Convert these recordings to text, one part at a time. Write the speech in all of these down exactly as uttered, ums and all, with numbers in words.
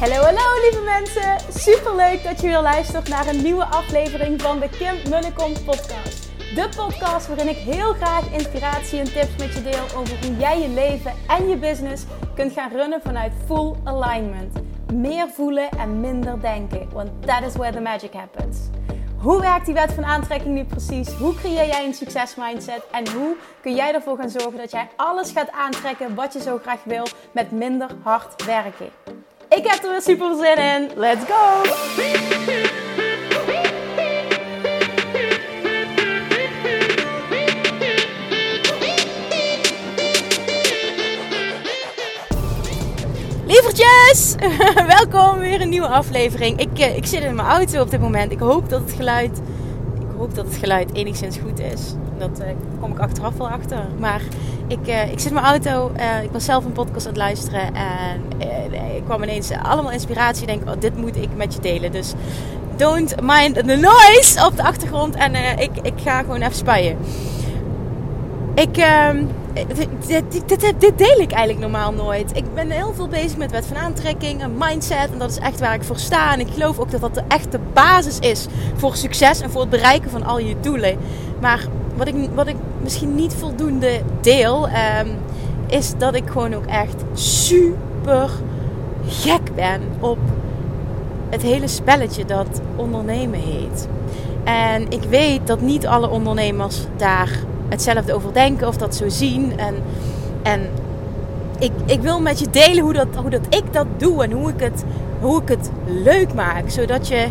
Hallo, hallo lieve mensen! Superleuk dat je weer luistert naar een nieuwe aflevering van de Kim Munnekom podcast. De podcast waarin ik heel graag inspiratie en tips met je deel over hoe jij je leven en je business kunt gaan runnen vanuit full alignment. Meer voelen en minder denken, want that is where the magic happens. Hoe werkt die wet van aantrekking nu precies? Hoe creëer jij een succesmindset? En hoe kun jij ervoor gaan zorgen dat jij alles gaat aantrekken wat je zo graag wil met minder hard werken? Ik heb er weer super zin in. Let's go! Lievertjes! Welkom weer een nieuwe aflevering. Ik, uh, ik zit in mijn auto op dit moment. Ik hoop dat het geluid, ik hoop dat het geluid enigszins goed is. Dat uh, kom ik achteraf wel achter. Maar ik, uh, ik zit in mijn auto. Uh, ik was zelf een podcast aan het luisteren. En uh, ik kwam ineens allemaal inspiratie. Ik denk, oh, dit moet ik met je delen. Dus don't mind the noise op de achtergrond. En uh, ik, ik ga gewoon even spuien. Ik... Uh, Dit, dit, dit deel ik eigenlijk normaal nooit. Ik ben heel veel bezig met wet van aantrekking en mindset. En dat is echt waar ik voor sta. En ik geloof ook dat dat de echte basis is voor succes en voor het bereiken van al je doelen. Maar wat ik, wat ik misschien niet voldoende deel, um, is dat ik gewoon ook echt super gek ben op het hele spelletje dat ondernemen heet. En ik weet dat niet alle ondernemers daar hetzelfde over denken of dat zo zien. En, en ik, ik wil met je delen hoe dat, hoe dat ik dat doe en hoe ik het, hoe ik het leuk maak. Zodat je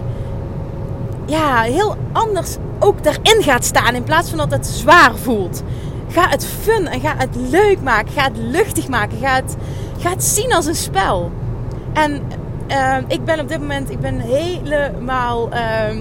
ja, heel anders ook daarin gaat staan in plaats van dat het zwaar voelt. Ga het fun en ga het leuk maken. Ga het luchtig maken. Ga het, ga het zien als een spel. En uh, ik ben op dit moment, ik ben helemaal... Uh,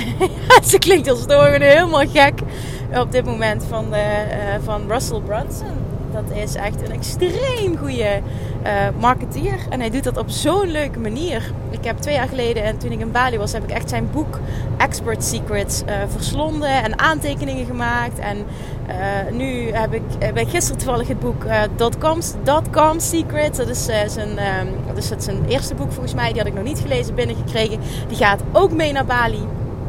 ze klinkt heel stoer, ik ben helemaal gek op dit moment van, de, uh, van Russell Brunson. Dat is echt een extreem goede uh, marketeer. En hij doet dat op zo'n leuke manier. Ik heb twee jaar geleden, en toen ik in Bali was, heb ik echt zijn boek Expert Secrets uh, verslonden en aantekeningen gemaakt. En uh, nu heb ik, uh, ben ik gisteren toevallig het boek uh, Dotcom, Dotcom Secrets. Dat is, uh, zijn, uh, dat is het zijn eerste boek volgens mij. Die had ik nog niet gelezen, binnengekregen. Die gaat ook mee naar Bali.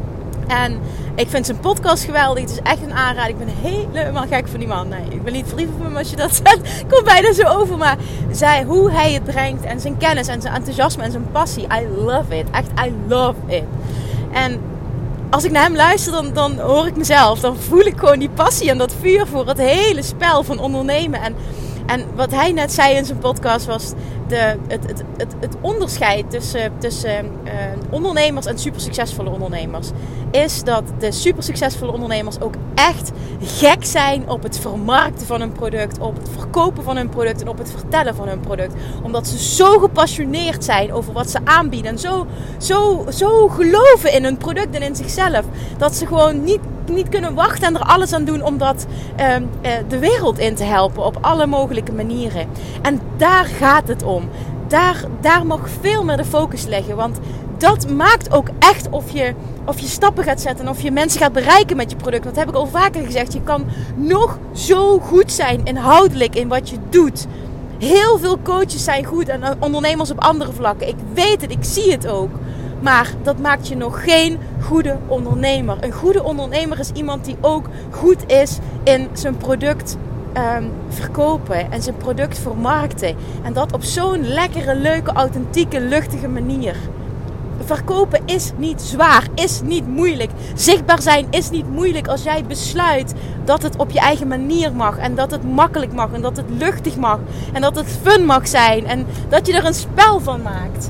En ik vind zijn podcast geweldig. Het is echt een aanrader. Ik ben helemaal gek van die man. Nee, ik ben niet verliefd op hem als je dat zegt. Komt bijna zo over. Maar zij, hoe hij het brengt. En zijn kennis en zijn enthousiasme en zijn passie. I love it. Echt, I love it. En als ik naar hem luister, dan, dan hoor ik mezelf. Dan voel ik gewoon die passie en dat vuur voor het hele spel van ondernemen. En, en wat hij net zei in zijn podcast was... De, het, het, het, het onderscheid tussen, tussen uh, ondernemers en super succesvolle ondernemers is dat de super succesvolle ondernemers ook echt gek zijn op het vermarkten van hun product, op het verkopen van hun product en op het vertellen van hun product. Omdat ze zo gepassioneerd zijn over wat ze aanbieden en zo, zo, zo geloven in hun product en in zichzelf, dat ze gewoon niet, niet kunnen wachten en er alles aan doen om dat uh, uh, de wereld in te helpen op alle mogelijke manieren. En daar gaat het om. Daar, daar mag veel meer de focus liggen. Want dat maakt ook echt of je, of je stappen gaat zetten. En of je mensen gaat bereiken met je product. Dat heb ik al vaker gezegd. Je kan nog zo goed zijn inhoudelijk in wat je doet. Heel veel coaches zijn goed. En ondernemers op andere vlakken. Ik weet het. Ik zie het ook. Maar dat maakt je nog geen goede ondernemer. Een goede ondernemer is iemand die ook goed is in zijn product Um, verkopen en zijn product vermarkten. En dat op zo'n lekkere, leuke, authentieke, luchtige manier. Verkopen is niet zwaar, is niet moeilijk. Zichtbaar zijn is niet moeilijk als jij besluit dat het op je eigen manier mag. En dat het makkelijk mag. En dat het luchtig mag. En dat het fun mag zijn. En dat je er een spel van maakt.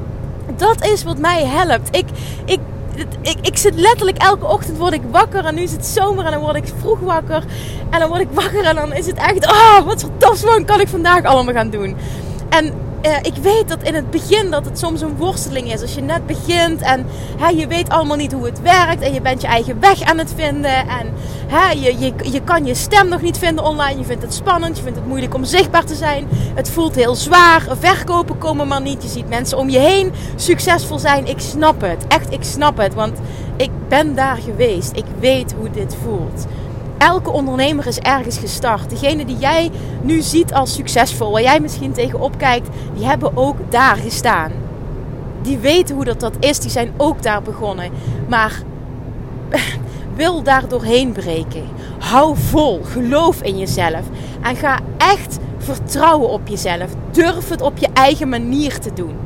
Dat is wat mij helpt. Ik... ik Ik, ik zit letterlijk elke ochtend word ik wakker en nu is het zomer en dan word ik vroeg wakker en dan word ik wakker en dan is het echt, oh, wat voor tofsman kan ik vandaag allemaal gaan doen. En uh, ik weet dat in het begin dat het soms een worsteling is als je net begint en hè, je weet allemaal niet hoe het werkt en je bent je eigen weg aan het vinden en hè, je, je, je kan je stem nog niet vinden online, je vindt het spannend, je vindt het moeilijk om zichtbaar te zijn, het voelt heel zwaar, verkopen komen maar niet, je ziet mensen om je heen succesvol zijn. Ik snap het, echt ik snap het, want ik ben daar geweest, ik weet hoe dit voelt. Elke ondernemer is ergens gestart. Degene die jij nu ziet als succesvol, waar jij misschien tegenop kijkt, die hebben ook daar gestaan. Die weten hoe dat, dat is. Die zijn ook daar begonnen. Maar wil daar doorheen breken. Hou vol. Geloof in jezelf. En ga echt vertrouwen op jezelf. Durf het op je eigen manier te doen.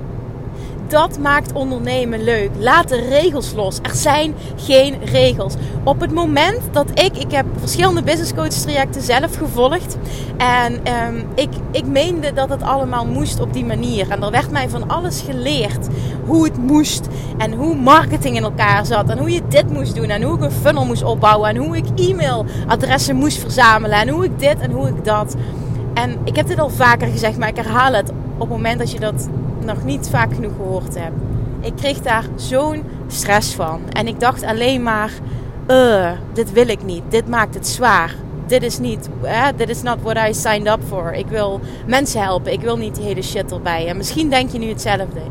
Dat maakt ondernemen leuk. Laat de regels los. Er zijn geen regels. Op het moment dat ik... Ik heb verschillende business coach trajecten zelf gevolgd. En um, ik, ik meende dat het allemaal moest op die manier. En er werd mij van alles geleerd. Hoe het moest. En hoe marketing in elkaar zat. En hoe je dit moest doen. En hoe ik een funnel moest opbouwen. En hoe ik e-mailadressen moest verzamelen. En hoe ik dit en hoe ik dat. En ik heb dit al vaker gezegd. Maar ik herhaal het op het moment dat je dat... nog niet vaak genoeg gehoord heb. Ik kreeg daar zo'n stress van. En ik dacht alleen maar... Uh, dit wil ik niet. Dit maakt het zwaar. Dit is niet... Uh, dit is not what I signed up for. Ik wil mensen helpen. Ik wil niet die hele shit erbij. En misschien denk je nu hetzelfde.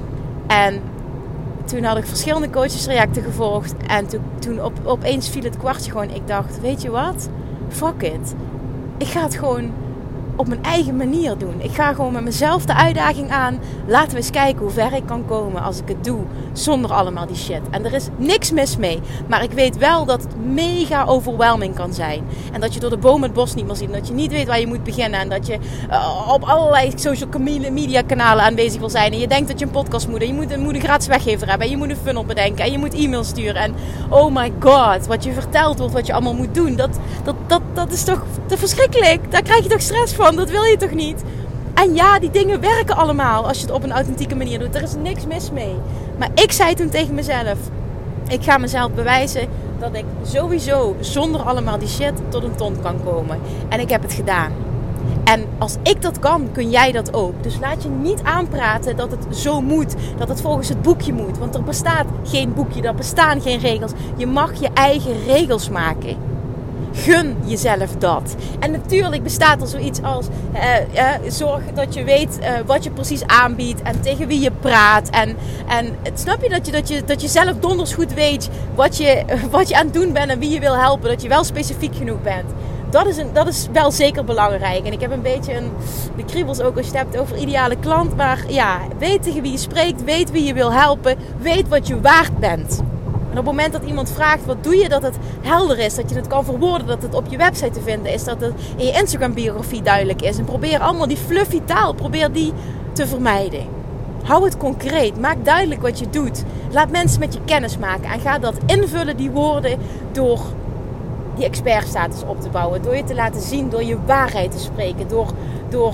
En toen had ik verschillende coachestrajecten gevolgd. En toen, toen op, opeens viel het kwartje gewoon. Ik dacht, weet je wat? Fuck it. Ik ga het gewoon... op mijn eigen manier doen. Ik ga gewoon met mezelf de uitdaging aan. Laten we eens kijken hoe ver ik kan komen als ik het doe. Zonder allemaal die shit. En er is niks mis mee. Maar ik weet wel dat het mega overwhelming kan zijn. En dat je door de boom het bos niet meer ziet. En dat je niet weet waar je moet beginnen. En dat je uh, op allerlei social media kanalen aanwezig wil zijn. En je denkt dat je een podcast moet. En je moet, moet een gratis weggever hebben. En je moet een funnel bedenken. En je moet e-mail sturen. En oh my god. Wat je verteld wordt. Wat je allemaal moet doen. Dat, dat, dat, dat is toch te verschrikkelijk. Daar krijg je toch stress van. Dat wil je toch niet? En ja, die dingen werken allemaal als je het op een authentieke manier doet. Er is niks mis mee. Maar ik zei toen tegen mezelf... ik ga mezelf bewijzen dat ik sowieso zonder allemaal die shit tot een ton kan komen. En ik heb het gedaan. En als ik dat kan, kun jij dat ook. Dus laat je niet aanpraten dat het zo moet. Dat het volgens het boekje moet. Want er bestaat geen boekje. Er bestaan geen regels. Je mag je eigen regels maken. Gun jezelf dat. En natuurlijk bestaat er zoiets als... Uh, uh, zorg dat je weet uh, wat je precies aanbiedt. En tegen wie je praat. En, en snap je dat, je dat je dat je zelf donders goed weet... Wat je, uh, wat je aan het doen bent en wie je wil helpen. Dat je wel specifiek genoeg bent. Dat is, een, dat is wel zeker belangrijk. En ik heb een beetje een, de kriebels ook als je het hebt over ideale klant. Maar ja, weet tegen wie je spreekt. Weet wie je wil helpen. Weet wat je waard bent. En op het moment dat iemand vraagt, wat doe je, dat het helder is, dat je het kan verwoorden, dat het op je website te vinden is, dat het in je Instagram biografie duidelijk is. En probeer allemaal die fluffy taal, probeer die te vermijden. Hou het concreet, maak duidelijk wat je doet. Laat mensen met je kennis maken en ga dat invullen, die woorden, door die expertstatus op te bouwen. Door je te laten zien, door je waarheid te spreken, door... door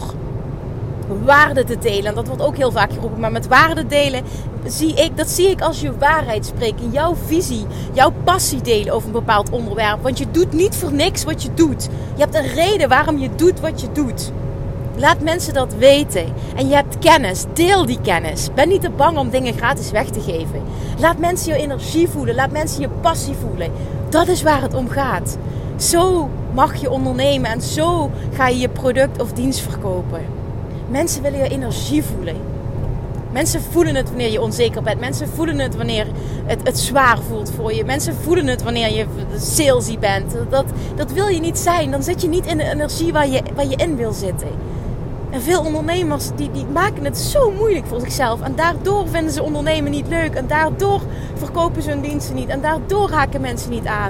waarde te delen. En dat wordt ook heel vaak geroepen. Maar met waarde delen, zie ik, dat zie ik als je waarheid spreken. Jouw visie, jouw passie delen over een bepaald onderwerp. Want je doet niet voor niks wat je doet. Je hebt een reden waarom je doet wat je doet. Laat mensen dat weten. En je hebt kennis. Deel die kennis. Ben niet te bang om dingen gratis weg te geven. Laat mensen je energie voelen. Laat mensen je passie voelen. Dat is waar het om gaat. Zo mag je ondernemen. En zo ga je je product of dienst verkopen. Mensen willen je energie voelen. Mensen voelen het wanneer je onzeker bent. Mensen voelen het wanneer het, het zwaar voelt voor je. Mensen voelen het wanneer je salesy bent. Dat, dat wil je niet zijn. Dan zit je niet in de energie waar je, waar je in wil zitten. En veel ondernemers die, die maken het zo moeilijk voor zichzelf. En daardoor vinden ze ondernemen niet leuk. En daardoor verkopen ze hun diensten niet. En daardoor haken mensen niet aan.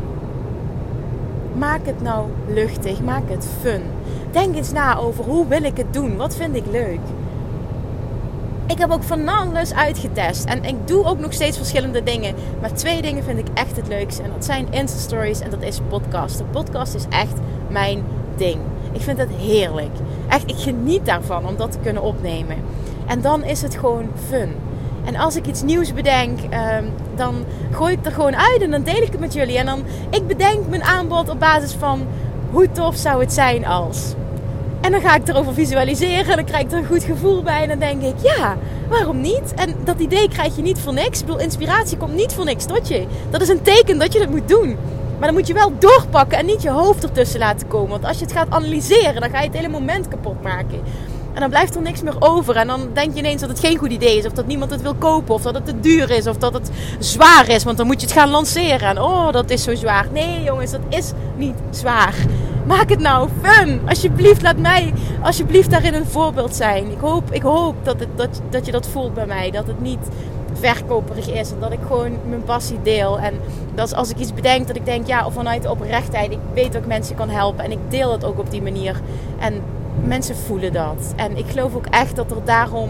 Maak het nou luchtig. Maak het fun. Denk eens na over hoe wil ik het doen? Wat vind ik leuk? Ik heb ook van alles uitgetest. En ik doe ook nog steeds verschillende dingen. Maar twee dingen vind ik echt het leukste. En dat zijn Insta-stories en dat is podcasten. Podcast is echt mijn ding. Ik vind het heerlijk. Echt, ik geniet daarvan om dat te kunnen opnemen. En dan is het gewoon fun. En als ik iets nieuws bedenk, um, dan gooi ik het er gewoon uit en dan deel ik het met jullie. En dan, ik bedenk mijn aanbod op basis van hoe tof zou het zijn als... En dan ga ik erover visualiseren en dan krijg ik er een goed gevoel bij. En dan denk ik, ja, waarom niet? En dat idee krijg je niet voor niks. Ik bedoel, inspiratie komt niet voor niks tot je. Dat is een teken dat je het moet doen. Maar dan moet je wel doorpakken en niet je hoofd ertussen laten komen. Want als je het gaat analyseren, dan ga je het hele moment kapot maken. En dan blijft er niks meer over. En dan denk je ineens dat het geen goed idee is. Of dat niemand het wil kopen. Of dat het te duur is. Of dat het zwaar is. Want dan moet je het gaan lanceren. En oh, dat is zo zwaar. Nee jongens, dat is niet zwaar. Maak het nou fun. Alsjeblieft, laat mij alsjeblieft daarin een voorbeeld zijn. Ik hoop, ik hoop dat, het, dat, dat je dat voelt bij mij. Dat het niet verkoperig is. En dat ik gewoon mijn passie deel. En dat als ik iets bedenk, dat ik denk, ja, vanuit de oprechtheid. Ik weet dat ik mensen kan helpen. En ik deel het ook op die manier. En mensen voelen dat. En ik geloof ook echt dat er daarom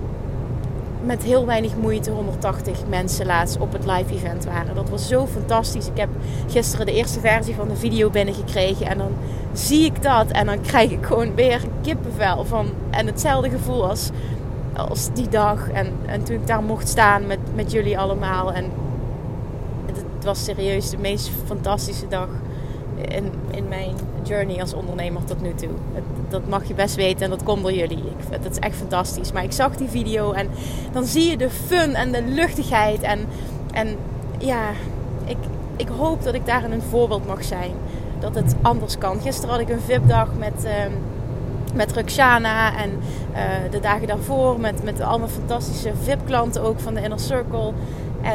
met heel weinig moeite honderdtachtig mensen laatst op het live event waren. Dat was zo fantastisch. Ik heb gisteren de eerste versie van de video binnengekregen. En dan zie ik dat. En dan krijg ik gewoon weer kippenvel van. En hetzelfde gevoel als, als die dag. En, en toen ik daar mocht staan met, met jullie allemaal. En het was serieus de meest fantastische dag in, in mijn journey als ondernemer tot nu toe. Het, dat mag je best weten en dat komt door jullie. Ik vind, dat is echt fantastisch. Maar ik zag die video en dan zie je de fun en de luchtigheid. En, en ja, ik, ik hoop dat ik daarin een voorbeeld mag zijn. Dat het anders kan. Gisteren had ik een V I P-dag met, uh, met Ruxana. En uh, de dagen daarvoor met, met allemaal fantastische V I P-klanten ook van de Inner Circle. En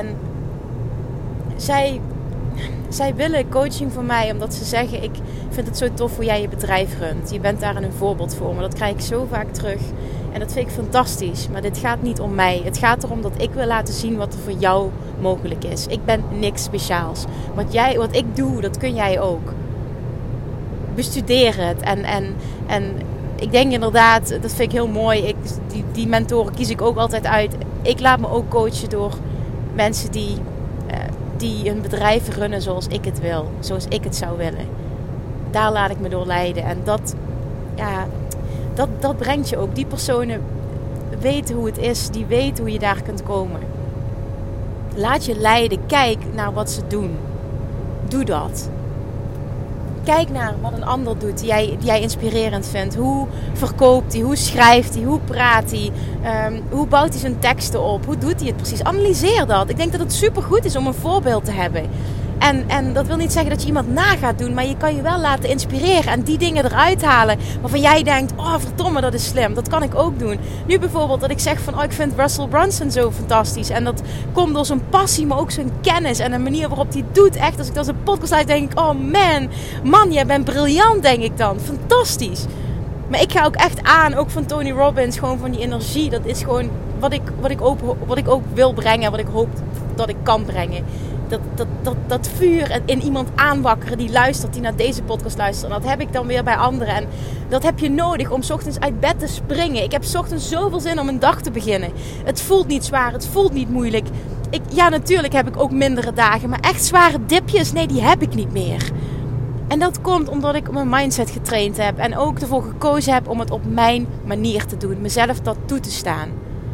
zij... Zij willen coaching van mij omdat ze zeggen, ik vind het zo tof hoe jij je bedrijf runt. Je bent daar een voorbeeld voor. Maar dat krijg ik zo vaak terug. En dat vind ik fantastisch. Maar dit gaat niet om mij. Het gaat erom dat ik wil laten zien wat er voor jou mogelijk is. Ik ben niks speciaals. Wat, jij, wat ik doe, dat kun jij ook. Bestudeer het. En, en, en ik denk inderdaad, dat vind ik heel mooi. Ik, die, die mentoren kies ik ook altijd uit. Ik laat me ook coachen door mensen die... die een bedrijf runnen zoals ik het wil. Zoals ik het zou willen. Daar laat ik me door leiden. En dat, ja, dat, dat brengt je ook. Die personen weten hoe het is. Die weten hoe je daar kunt komen. Laat je leiden. Kijk naar wat ze doen. Doe dat. Kijk naar wat een ander doet die jij, die jij inspirerend vindt. Hoe verkoopt hij? Hoe schrijft hij? Hoe praat hij? Um, hoe bouwt hij zijn teksten op? Hoe doet hij het precies? Analyseer dat. Ik denk dat het supergoed is om een voorbeeld te hebben. En, en dat wil niet zeggen dat je iemand na gaat doen. Maar je kan je wel laten inspireren. En die dingen eruit halen. Waarvan jij denkt, oh verdomme, dat is slim. Dat kan ik ook doen. Nu bijvoorbeeld dat ik zeg van, oh ik vind Russell Brunson zo fantastisch. En dat komt door zijn passie, maar ook zijn kennis. En de manier waarop hij het doet. Echt, als ik dan zijn podcast uit denk ik, oh man. Man, jij bent briljant, denk ik dan. Fantastisch. Maar ik ga ook echt aan, ook van Tony Robbins. Gewoon van die energie. Dat is gewoon wat ik, wat ik, ook, wat ik ook wil brengen. Wat ik hoop dat ik kan brengen. Dat, dat, dat, dat vuur in iemand aanwakkeren die luistert, die naar deze podcast luistert. En dat heb ik dan weer bij anderen. En dat heb je nodig om 's ochtends uit bed te springen. Ik heb 's ochtends zoveel zin om een dag te beginnen. Het voelt niet zwaar, het voelt niet moeilijk. Ik, ja, natuurlijk heb ik ook mindere dagen. Maar echt zware dipjes, nee, die heb ik niet meer. En dat komt omdat ik mijn mindset getraind heb. En ook ervoor gekozen heb om het op mijn manier te doen. Mezelf dat toe te staan.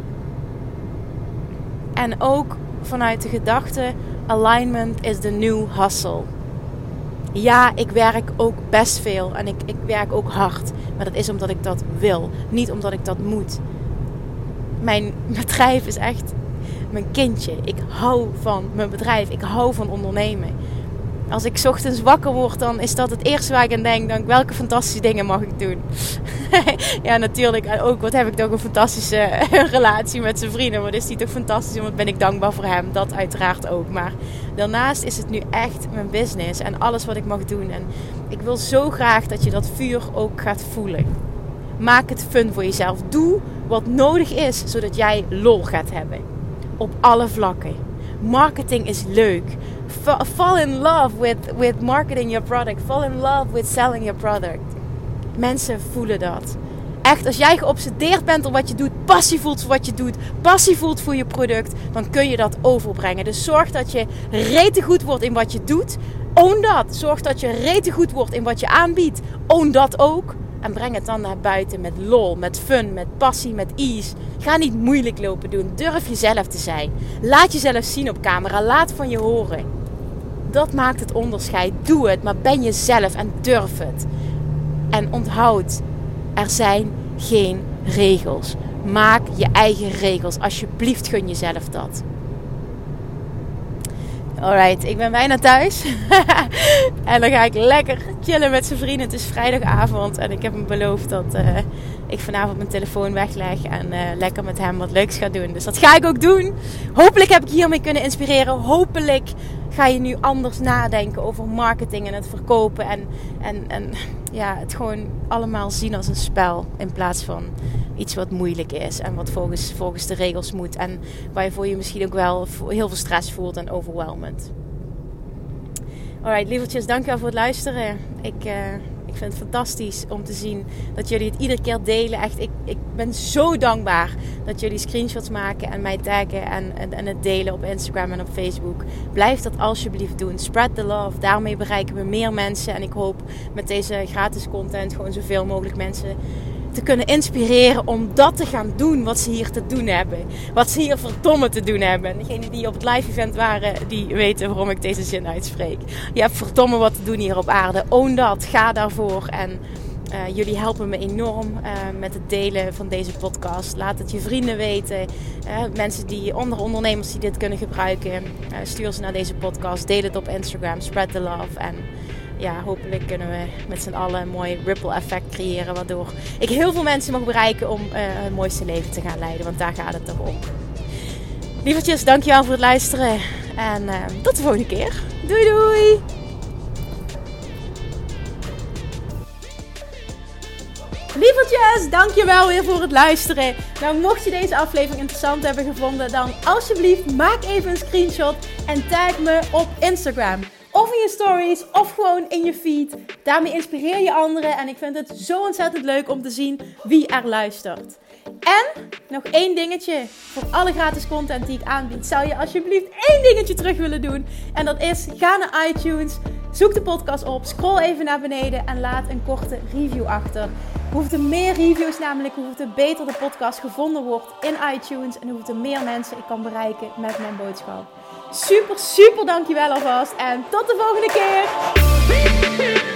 En ook vanuit de gedachte, alignment is the new hustle. Ja, ik werk ook best veel. En ik, ik werk ook hard. Maar dat is omdat ik dat wil. Niet omdat ik dat moet. Mijn bedrijf is echt mijn kindje. Ik hou van mijn bedrijf. Ik hou van ondernemen. Als ik 's ochtends wakker word, dan is dat het eerste waar ik aan denk. Dan, welke fantastische dingen mag ik doen? Ja, natuurlijk. En ook, wat heb ik toch een fantastische relatie met zijn vrienden. Wat is die toch fantastisch? En wat ben ik dankbaar voor hem. Dat uiteraard ook. Maar daarnaast is het nu echt mijn business. En alles wat ik mag doen. En ik wil zo graag dat je dat vuur ook gaat voelen. Maak het fun voor jezelf. Doe wat nodig is, zodat jij lol gaat hebben. Op alle vlakken. Marketing is leuk. Fall in love with, with marketing your product. Fall in love with selling your product. Mensen voelen dat. Echt, als jij geobsedeerd bent door wat je doet, passie voelt voor wat je doet, passie voelt voor je product, dan kun je dat overbrengen. Dus zorg dat je rete goed wordt in wat je doet. Own dat. Zorg dat je rete goed wordt in wat je aanbiedt. Own dat ook. En breng het dan naar buiten met lol, met fun, met passie, met ease. Ga niet moeilijk lopen doen. Durf jezelf te zijn. Laat jezelf zien op camera. Laat van je horen. Dat maakt het onderscheid. Doe het, maar ben jezelf en durf het. En onthoud, er zijn geen regels. Maak je eigen regels. Alsjeblieft gun jezelf dat. Alright, ik ben bijna thuis. En dan ga ik lekker chillen met zijn vrienden. Het is vrijdagavond en ik heb hem beloofd dat uh, ik vanavond mijn telefoon wegleg en uh, lekker met hem wat leuks ga doen. Dus dat ga ik ook doen. Hopelijk heb ik hiermee kunnen inspireren. Hopelijk ga je nu anders nadenken over marketing en het verkopen. En, en, en ja, het gewoon allemaal zien als een spel. In plaats van iets wat moeilijk is. En wat volgens, volgens de regels moet. En waarvoor je misschien ook wel heel veel stress voelt en overwhelmend. Alright, lievertjes, dankjewel voor het luisteren. Ik... Uh, Ik vind het fantastisch om te zien dat jullie het iedere keer delen. Echt, ik, ik ben zo dankbaar dat jullie screenshots maken en mij taggen en, en, en het delen op Instagram en op Facebook. Blijf dat alsjeblieft doen. Spread the love. Daarmee bereiken we meer mensen. En ik hoop met deze gratis content gewoon zoveel mogelijk mensen te kunnen inspireren om dat te gaan doen wat ze hier te doen hebben. Wat ze hier verdomme te doen hebben. En degenen die op het live event waren, die weten waarom ik deze zin uitspreek. Je hebt verdomme wat te doen hier op aarde. Own dat. Ga daarvoor. En uh, jullie helpen me enorm uh, met het delen van deze podcast. Laat het je vrienden weten. Uh, mensen die, andere ondernemers die dit kunnen gebruiken. Uh, stuur ze naar deze podcast. Deel het op Instagram. Spread the love. En ja, hopelijk kunnen we met z'n allen een mooi ripple effect creëren. Waardoor ik heel veel mensen mag bereiken om uh, het mooiste leven te gaan leiden. Want daar gaat het toch om. Lievertjes, dankjewel voor het luisteren. En uh, tot de volgende keer. Doei doei! Lievertjes, dankjewel weer voor het luisteren. Nou, mocht je deze aflevering interessant hebben gevonden, dan alsjeblieft maak even een screenshot en tag me op Instagram. Of in je stories, of gewoon in je feed. Daarmee inspireer je anderen. En ik vind het zo ontzettend leuk om te zien wie er luistert. En nog één dingetje. Voor alle gratis content die ik aanbied, zou je alsjeblieft één dingetje terug willen doen. En dat is, ga naar iTunes, zoek de podcast op, scroll even naar beneden en laat een korte review achter. Hoeveel meer reviews namelijk, hoeveel beter de podcast gevonden wordt in iTunes. En hoeveel meer mensen ik kan bereiken met mijn boodschap. Super, super dankjewel alvast. En tot de volgende keer.